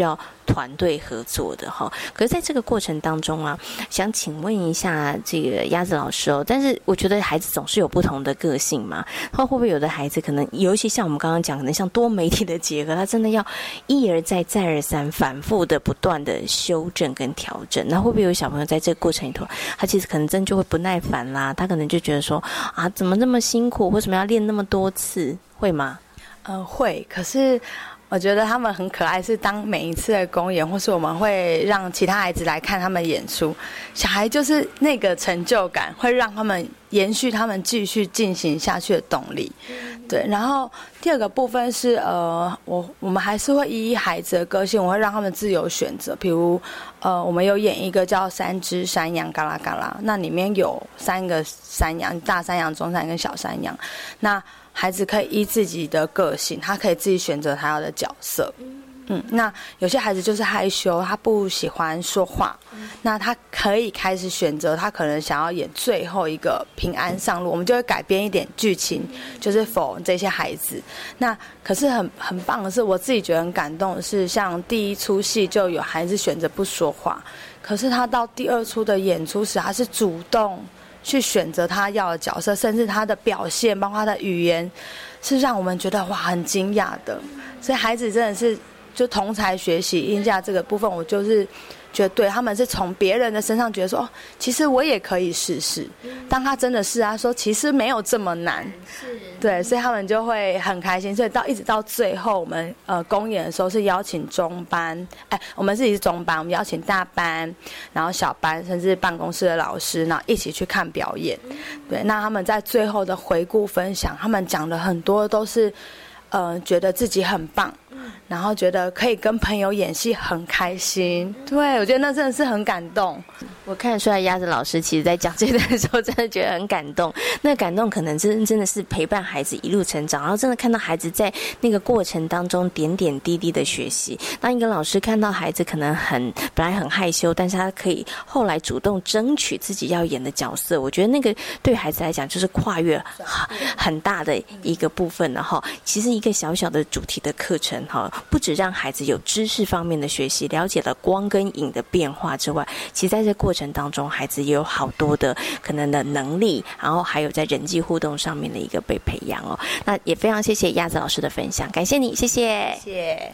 团队合作的哈。可是在这个过程当中啊，想请问一下这个鸭子老师哦，但是我觉得孩子总是有不同的个性嘛，会不会有的孩子可能，尤其像我们刚刚讲，可能像多媒体的结合，他真的要一而再再而三反复的不断的修正跟调整，那会不会有小朋友在这个过程里头，他其实可能真就会不耐烦啦，他可能就觉得说啊，怎么这么辛苦，为什么要练那么多次，会吗？
呃，会，可是我觉得他们很可爱，是当每一次的公演，或是我们会让其他孩子来看他们演出，小孩就是那个成就感会让他们延续他们继续进行下去的动力。对，然后第二个部分是呃，我我们还是会依孩子的个性，我会让他们自由选择。比如呃，我们有演一个叫三只山羊嘎啦嘎啦，那里面有三个山羊，大山羊、中山羊跟小山羊，那孩子可以依自己的个性，他可以自己选择他要的角色。嗯，那有些孩子就是害羞，他不喜欢说话，那他可以开始选择，他可能想要演最后一个平安上路，我们就会改编一点剧情，就是否这些孩子。那可是很很棒的是，我自己觉得很感动的是，像第一出戏就有孩子选择不说话，可是他到第二出的演出时，他是主动去选择他要的角色，甚至他的表现，包括他的语言，是让我们觉得哇很惊讶的。所以孩子真的是就同才学习音价这个部分，我就是觉得对他们是从别人的身上觉得说，哦，其实我也可以试试。当他真的是啊，说其实没有这么难，对，所以他们就会很开心。所以到一直到最后，我们呃公演的时候是邀请中班，哎，我们自己是中班，我们邀请大班，然后小班，甚至办公室的老师，然后一起去看表演。对，那他们在最后的回顾分享，他们讲的很多都是，呃，觉得自己很棒。然后觉得可以跟朋友演戏很开心，对，我觉得那真的是很感动。
我看得出来鸭子老师其实在讲这段的时候真的觉得很感动，那感动可能真真的是陪伴孩子一路成长，然后真的看到孩子在那个过程当中点点滴滴的学习。当一个老师看到孩子可能很本来很害羞，但是他可以后来主动争取自己要演的角色，我觉得那个对孩子来讲就是跨越很大的一个部分了哈。其实一个小小的主题的课程哈，不只让孩子有知识方面的学习，了解了光跟影的变化之外，其实在这过程当中，孩子也有好多的可能的能力，然后还有在人际互动上面的一个被培养哦。那也非常谢谢鸭子老师的分享，感谢你，谢谢，
谢谢。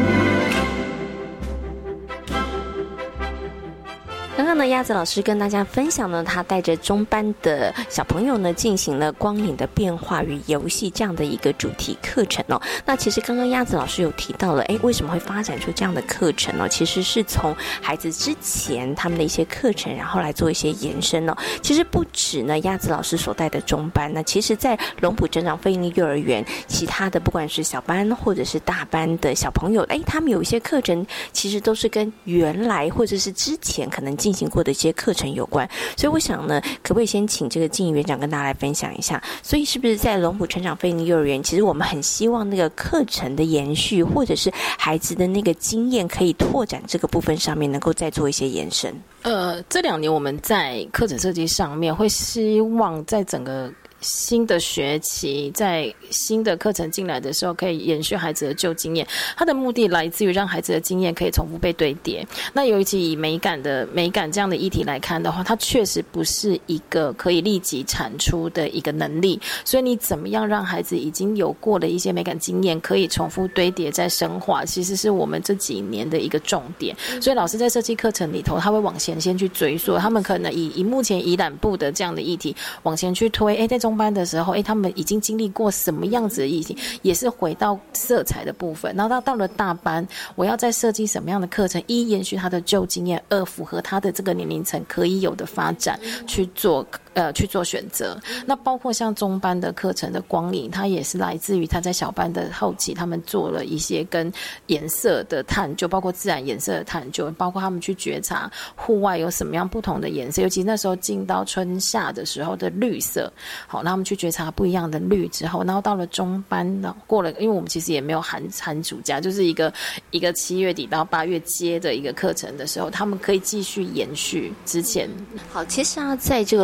刚刚呢，鸭子老师跟大家分享呢，他带着中班的小朋友呢，进行了光影的变化与游戏这样的一个主题课程哦。那其实刚刚鸭子老师有提到了，哎，为什么会发展出这样的课程呢？其实是从孩子之前他们的一些课程，然后来做一些延伸哦。其实不止呢，鸭子老师所带的中班，那其实在龙埔成长非营利幼儿园，其他的不管是小班或者是大班的小朋友，哎，他们有一些课程其实都是跟原来或者是之前可能进行过的一些课程有关，所以我想呢，可不可以先请这个静怡园长跟大家来分享一下？所以是不是在龙埔成长非营利幼儿园，其实我们很希望那个课程的延续，或者是孩子的那个经验可以拓展这个部分上面，能够再做一些延伸？
呃，这两年我们在课程设计上面会希望在整个新的学期，在新的课程进来的时候，可以延续孩子的旧经验。它的目的来自于让孩子的经验可以重复被堆叠。那尤其以美感的美感这样的议题来看的话，它确实不是一个可以立即产出的一个能力。所以你怎么样让孩子已经有过的一些美感经验可以重复堆叠再深化，其实是我们这几年的一个重点。所以老师在设计课程里头，他会往前先去追溯，他们可能以以目前宜兰部的这样的议题往前去推，哎，在中班的时候，哎，他们已经经历过什么样子的议题，也是回到色彩的部分。然后到到了大班，我要再设计什么样的课程，一延续他的旧经验，二符合他的这个年龄层可以有的发展去做呃去做选择。那包括像中班的课程的光影，它也是来自于他在小班的后期，他们做了一些跟颜色的探究，包括自然颜色的探究，包括他们去觉察户外有什么样不同的颜色，尤其那时候进到春夏的时候的绿色，好，那他们去觉察不一样的绿之后，然后到了中班，过了，因为我们其实也没有寒寒暑假，就是一个一个七月底到八月接的一个课程的时候，他们可以继续延续之前。
好，其实啊，在这个龙埔成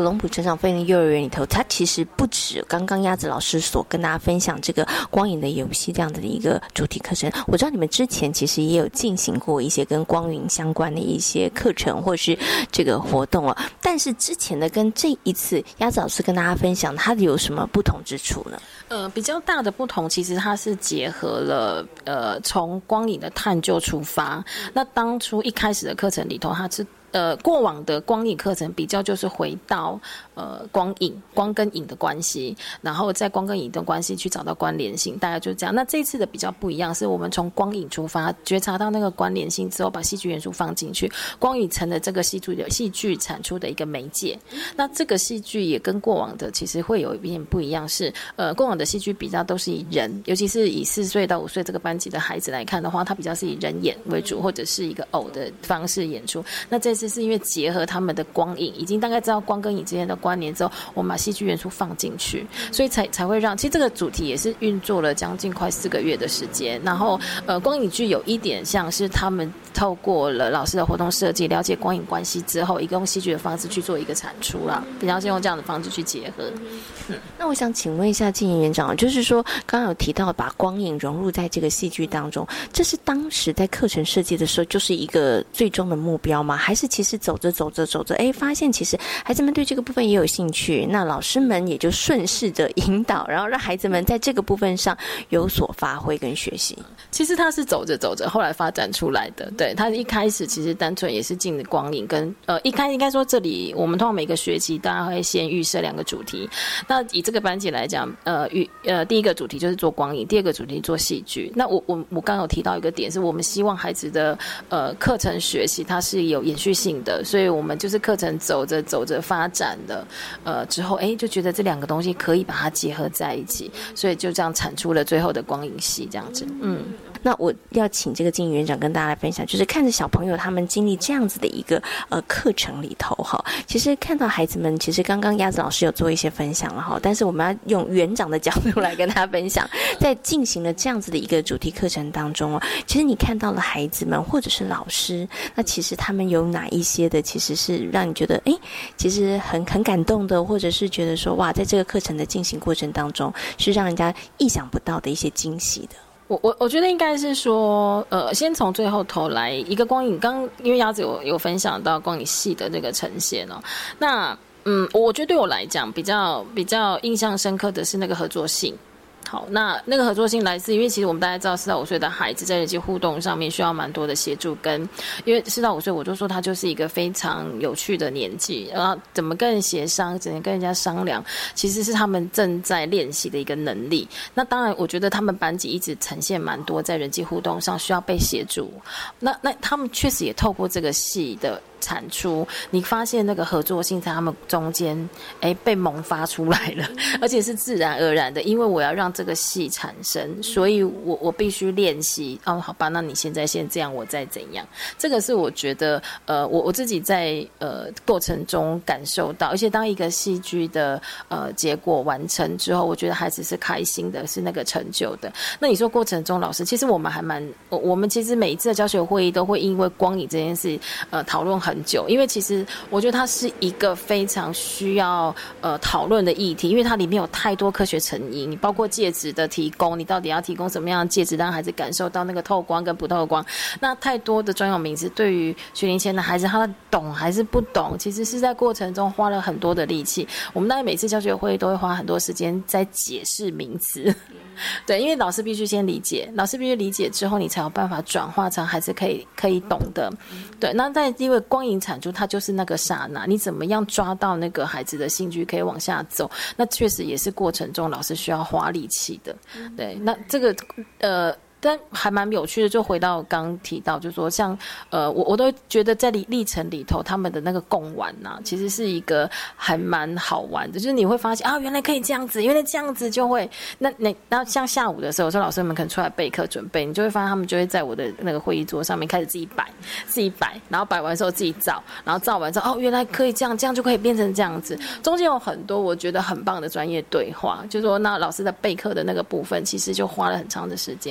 成长飞林幼儿园里头，它其实不止刚刚鸭子老师所跟大家分享这个光影的游戏这样子的一个主题课程。我知道你们之前其实也有进行过一些跟光影相关的一些课程或是这个活动哦，但是之前的跟这一次鸭子老师跟大家分享，它有什么不同之处呢？
呃，比较大的不同，其实它是结合了呃从光影的探究出发。那当初一开始的课程里头，它是呃过往的光影课程比较就是回到呃光影光跟影的关系，然后在光跟影的关系去找到关联性，大概就是这样。那这一次的比较不一样，是我们从光影出发，觉察到那个关联性之后，把戏剧元素放进去，光影成了这个戏剧的戏剧产出的一个媒介。那这个戏剧也跟过往的其实会有一点不一样，是呃过往的戏剧比较都是以人，尤其是以四岁到五岁这个班级的孩子来看的话，它比较是以人演为主，或者是一个偶的方式演出。那这次是因为结合他们的光影，已经大概知道光跟影之间的关联之后，我们把戏剧元素放进去，所以才才会让，其实这个主题也是运作了将近快四个月的时间。然后呃光影剧有一点像是他们透过了老师的活动设计，了解光影关系之后，一个用戏剧的方式去做一个产出啦，比较是用这样的方式去结合。
嗯，那我想请问一下静怡园长，就是说刚刚有提到把光影融入在这个戏剧当中，这是当时在课程设计的时候就是一个最终的目标吗？还是其实走着走着走着，哎，发现其实孩子们对这个部分也有兴趣，那老师们也就顺势的引导，然后让孩子们在这个部分上有所发挥跟学习。
其实他是走着走着后来发展出来的，对，他一开始其实单纯也是进的光影跟呃一开应该说这里我们通常每个学期大家会先预设两个主题。那以这个班级来讲，呃预呃第一个主题就是做光影，第二个主题做戏剧。那我我我刚刚有提到一个点，是我们希望孩子的呃课程学习它是有延续性的，所以我们就是课程走着走着发展的，呃之后哎就觉得这两个东西可以把它结合在一起，所以就这样产出了最后的光影系这样子。嗯。
那我要请这个静怡园长跟大家来分享，就是看着小朋友他们经历这样子的一个呃课程里头哈，其实看到孩子们，其实刚刚鸭子老师有做一些分享了哈，但是我们要用园长的角度来跟大家分享，在进行了这样子的一个主题课程当中哦，其实你看到了孩子们或者是老师，那其实他们有哪一些的其实是让你觉得哎，其实很很感动的，或者是觉得说哇，在这个课程的进行过程当中是让人家意想不到的一些惊喜的。
我我我觉得应该是说，呃，先从最后头来一个光影，刚因为鸭子有有分享到光影系的这个呈现哦，那嗯，我觉得对我来讲比较比较印象深刻的是那个合作性。好，那那个合作性来自，因为其实我们大家知道四到五岁的孩子在人际互动上面需要蛮多的协助跟，因为四到五岁我就说他就是一个非常有趣的年纪，然后怎么跟人协商，怎么跟人家商量，其实是他们正在练习的一个能力。那当然我觉得他们班级一直呈现蛮多在人际互动上需要被协助，那那他们确实也透过这个戏的产出，你发现那个合作性在他们中间哎被萌发出来了，而且是自然而然的，因为我要让这个戏产生，所以我我必须练习哦，好吧，那你现在先这样，我再怎样，这个是我觉得呃我我自己在呃过程中感受到，而且当一个戏剧的呃结果完成之后，我觉得孩子是开心的，是那个成就的。那你说过程中老师，其实我们还蛮我我们其实每一次的教学会议都会因为光影这件事呃讨论很久，因为其实我觉得它是一个非常需要呃讨论的议题，因为它里面有太多科学成因，你包括介质的提供，你到底要提供什么样的介质让孩子感受到那个透光跟不透光，那太多的专有名词对于学龄前的孩子他懂还是不懂，其实是在过程中花了很多的力气。我们大概每次教学会都会花很多时间在解释名词对，因为老师必须先理解，老师必须理解之后你才有办法转化成孩子可以可以懂的。对，那在因为光影产出它就是那个刹那，你怎么样抓到那个孩子的兴趣可以往下走，那确实也是过程中老师需要花力气的。对，那这个呃但还蛮有趣的，就回到刚提到，就是说像呃，我我都觉得在历历程里头，他们的那个共玩呐、啊，其实是一个还蛮好玩的，就是你会发现啊，原来可以这样子，原来这样子就会，那那那像下午的时候，说老师们可能出来备课准备，你就会发现他们就会在我的那个会议桌上面开始自己摆，自己摆，然后摆完之后自己照，然后照完之后，哦，原来可以这样，这样就可以变成这样子。中间有很多我觉得很棒的专业对话，就是说那老师的备课的那个部分，其实就花了很长的时间，但我觉得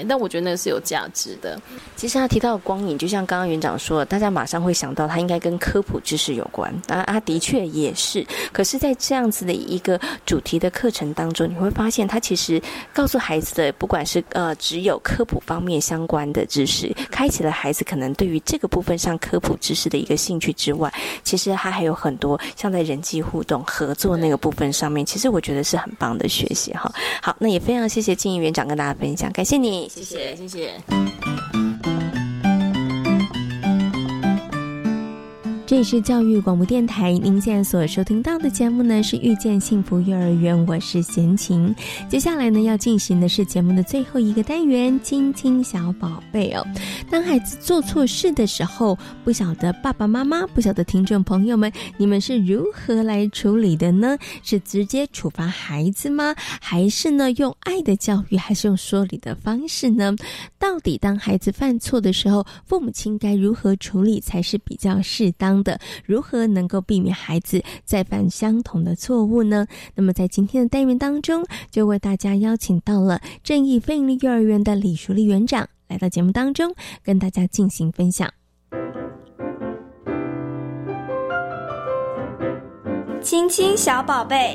那个是有价值的。
其实他提到的光影，就像刚刚园长说的，大家马上会想到他应该跟科普知识有关，啊，他的确也是。可是在这样子的一个主题的课程当中，你会发现他其实告诉孩子的不管是呃只有科普方面相关的知识，开启了孩子可能对于这个部分上科普知识的一个兴趣之外，其实他还有很多像在人际互动合作那个部分上面，其实我觉得是很棒的学习哈。好，那也非常谢谢静怡园长跟大家分享，感谢你，
谢谢谢谢。
这里是教育广播电台，您现在所收听到的节目呢是遇见幸福幼儿园，我是贤琴。接下来呢要进行的是节目的最后一个单元，亲亲小宝贝哦。当孩子做错事的时候，不晓得爸爸妈妈，不晓得听众朋友们，你们是如何来处理的呢？是直接处罚孩子吗？还是呢用爱的教育，还是用说理的方式呢？到底当孩子犯错的时候，父母亲该如何处理才是比较适当的？如何能够避免孩子再犯相同的错误呢？那么在今天的单元当中，就为大家邀请到了正义非营利幼儿园的李淑丽园长来到节目当中，跟大家进行分享。
亲亲小宝贝。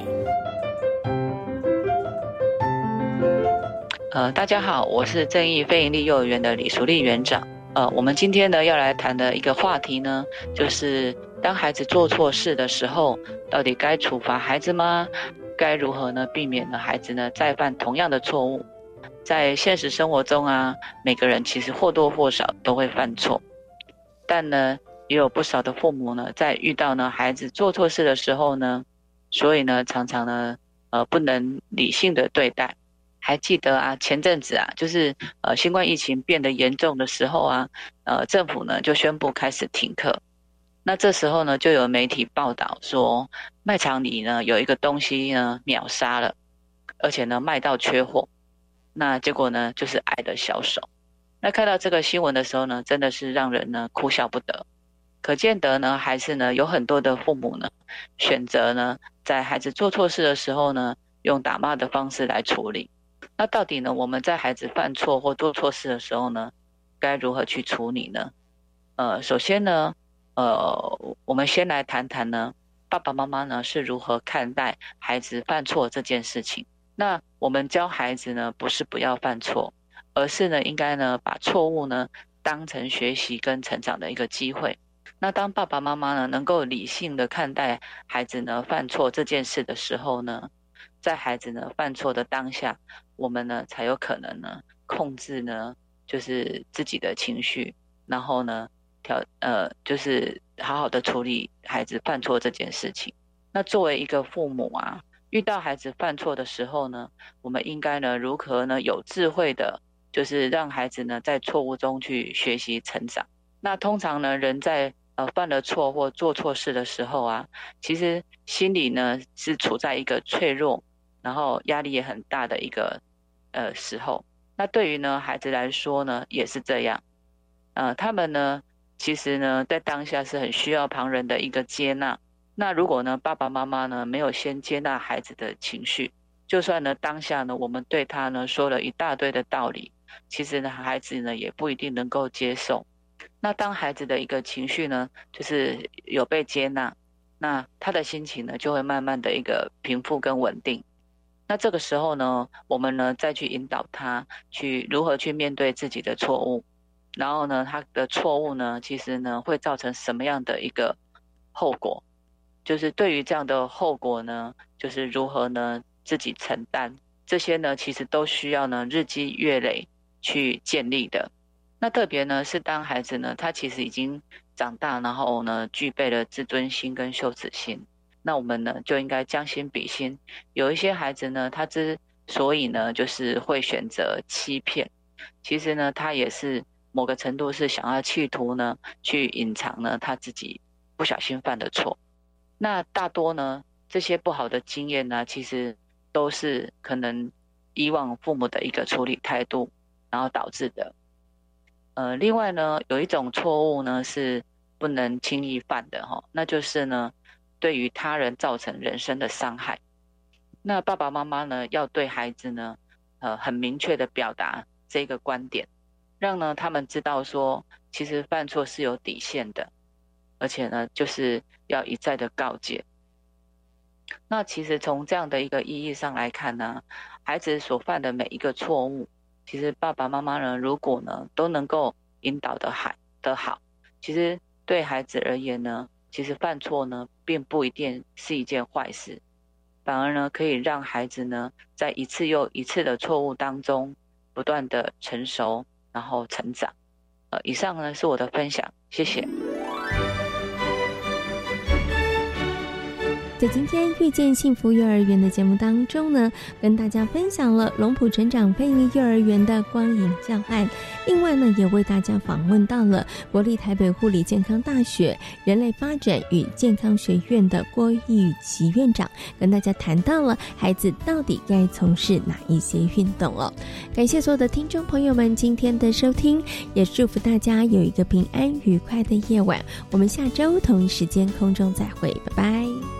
呃，大家好，我是正义非营利幼儿园的李淑丽园长。呃，我们今天呢要来谈的一个话题呢，就是当孩子做错事的时候，到底该处罚孩子吗？该如何呢避免呢孩子呢再犯同样的错误？在现实生活中啊，每个人其实或多或少都会犯错，但呢也有不少的父母呢，在遇到呢孩子做错事的时候呢，所以呢常常呢呃不能理性的对待。还记得啊，前阵子啊，就是呃新冠疫情变得严重的时候啊，呃政府呢就宣布开始停课。那这时候呢，就有媒体报道说，卖场里呢有一个东西呢秒杀了，而且呢卖到缺货。那结果呢就是爱的小手。那看到这个新闻的时候呢，真的是让人呢哭笑不得。可见得呢，还是呢有很多的父母呢选择呢在孩子做错事的时候呢，用打骂的方式来处理。那到底呢，我们在孩子犯错或做错事的时候呢，该如何去处理呢？呃，首先呢，呃，我们先来谈谈呢，爸爸妈妈呢是如何看待孩子犯错这件事情。那我们教孩子呢，不是不要犯错，而是呢，应该呢把错误呢当成学习跟成长的一个机会。那当爸爸妈妈呢能够理性的看待孩子呢犯错这件事的时候呢，在孩子呢犯错的当下，我们呢才有可能呢控制呢就是自己的情绪，然后呢调呃就是好好的处理孩子犯错这件事情。那作为一个父母啊，遇到孩子犯错的时候呢，我们应该呢如何呢有智慧的，就是让孩子呢在错误中去学习成长。那通常呢人在呃犯了错或做错事的时候啊，其实心里呢是处在一个脆弱，然后压力也很大的一个呃时候。那对于呢孩子来说呢也是这样，呃他们呢其实呢在当下是很需要旁人的一个接纳。那如果呢爸爸妈妈呢没有先接纳孩子的情绪，就算呢当下呢我们对他呢说了一大堆的道理，其实呢孩子呢也不一定能够接受。那当孩子的一个情绪呢就是有被接纳，那他的心情呢就会慢慢的一个平复跟稳定。那这个时候呢我们呢再去引导他去如何去面对自己的错误，然后呢他的错误呢其实呢会造成什么样的一个后果，就是对于这样的后果呢就是如何呢自己承担，这些呢其实都需要呢日积月累去建立的。那特别呢是当孩子呢他其实已经长大，然后呢具备了自尊心跟羞耻心，那我们呢就应该将心比心。有一些孩子呢他之所以呢就是会选择欺骗，其实呢他也是某个程度是想要企图呢去隐藏呢他自己不小心犯的错。那大多呢这些不好的经验呢其实都是可能以往父母的一个处理态度然后导致的。呃，另外呢有一种错误呢是不能轻易犯的齁，那就是呢对于他人造成人身的伤害。那爸爸妈妈呢要对孩子呢呃很明确的表达这个观点， 让呢他们知道说，其实犯错是有底线的，而且呢就是要一再的告诫。那其实从这样的一个意义上来看呢，孩子所犯的每一个错误，其实爸爸妈妈呢如果呢都能够引导的好的好，其实对孩子而言呢，其实犯错呢并不一定是一件坏事，反而呢可以让孩子呢在一次又一次的错误当中不断的成熟，然后成长。呃，以上呢是我的分享，谢谢。
在今天遇见幸福幼儿园的节目当中呢，跟大家分享了龙埔成长非营利幼儿园的光影教案，另外呢也为大家访问到了国立台北护理健康大学人类发展与健康学院的郭义琪院长，跟大家谈到了孩子到底该从事哪一些运动哦。感谢所有的听众朋友们今天的收听，也祝福大家有一个平安愉快的夜晚，我们下周同一时间空中再会，拜拜。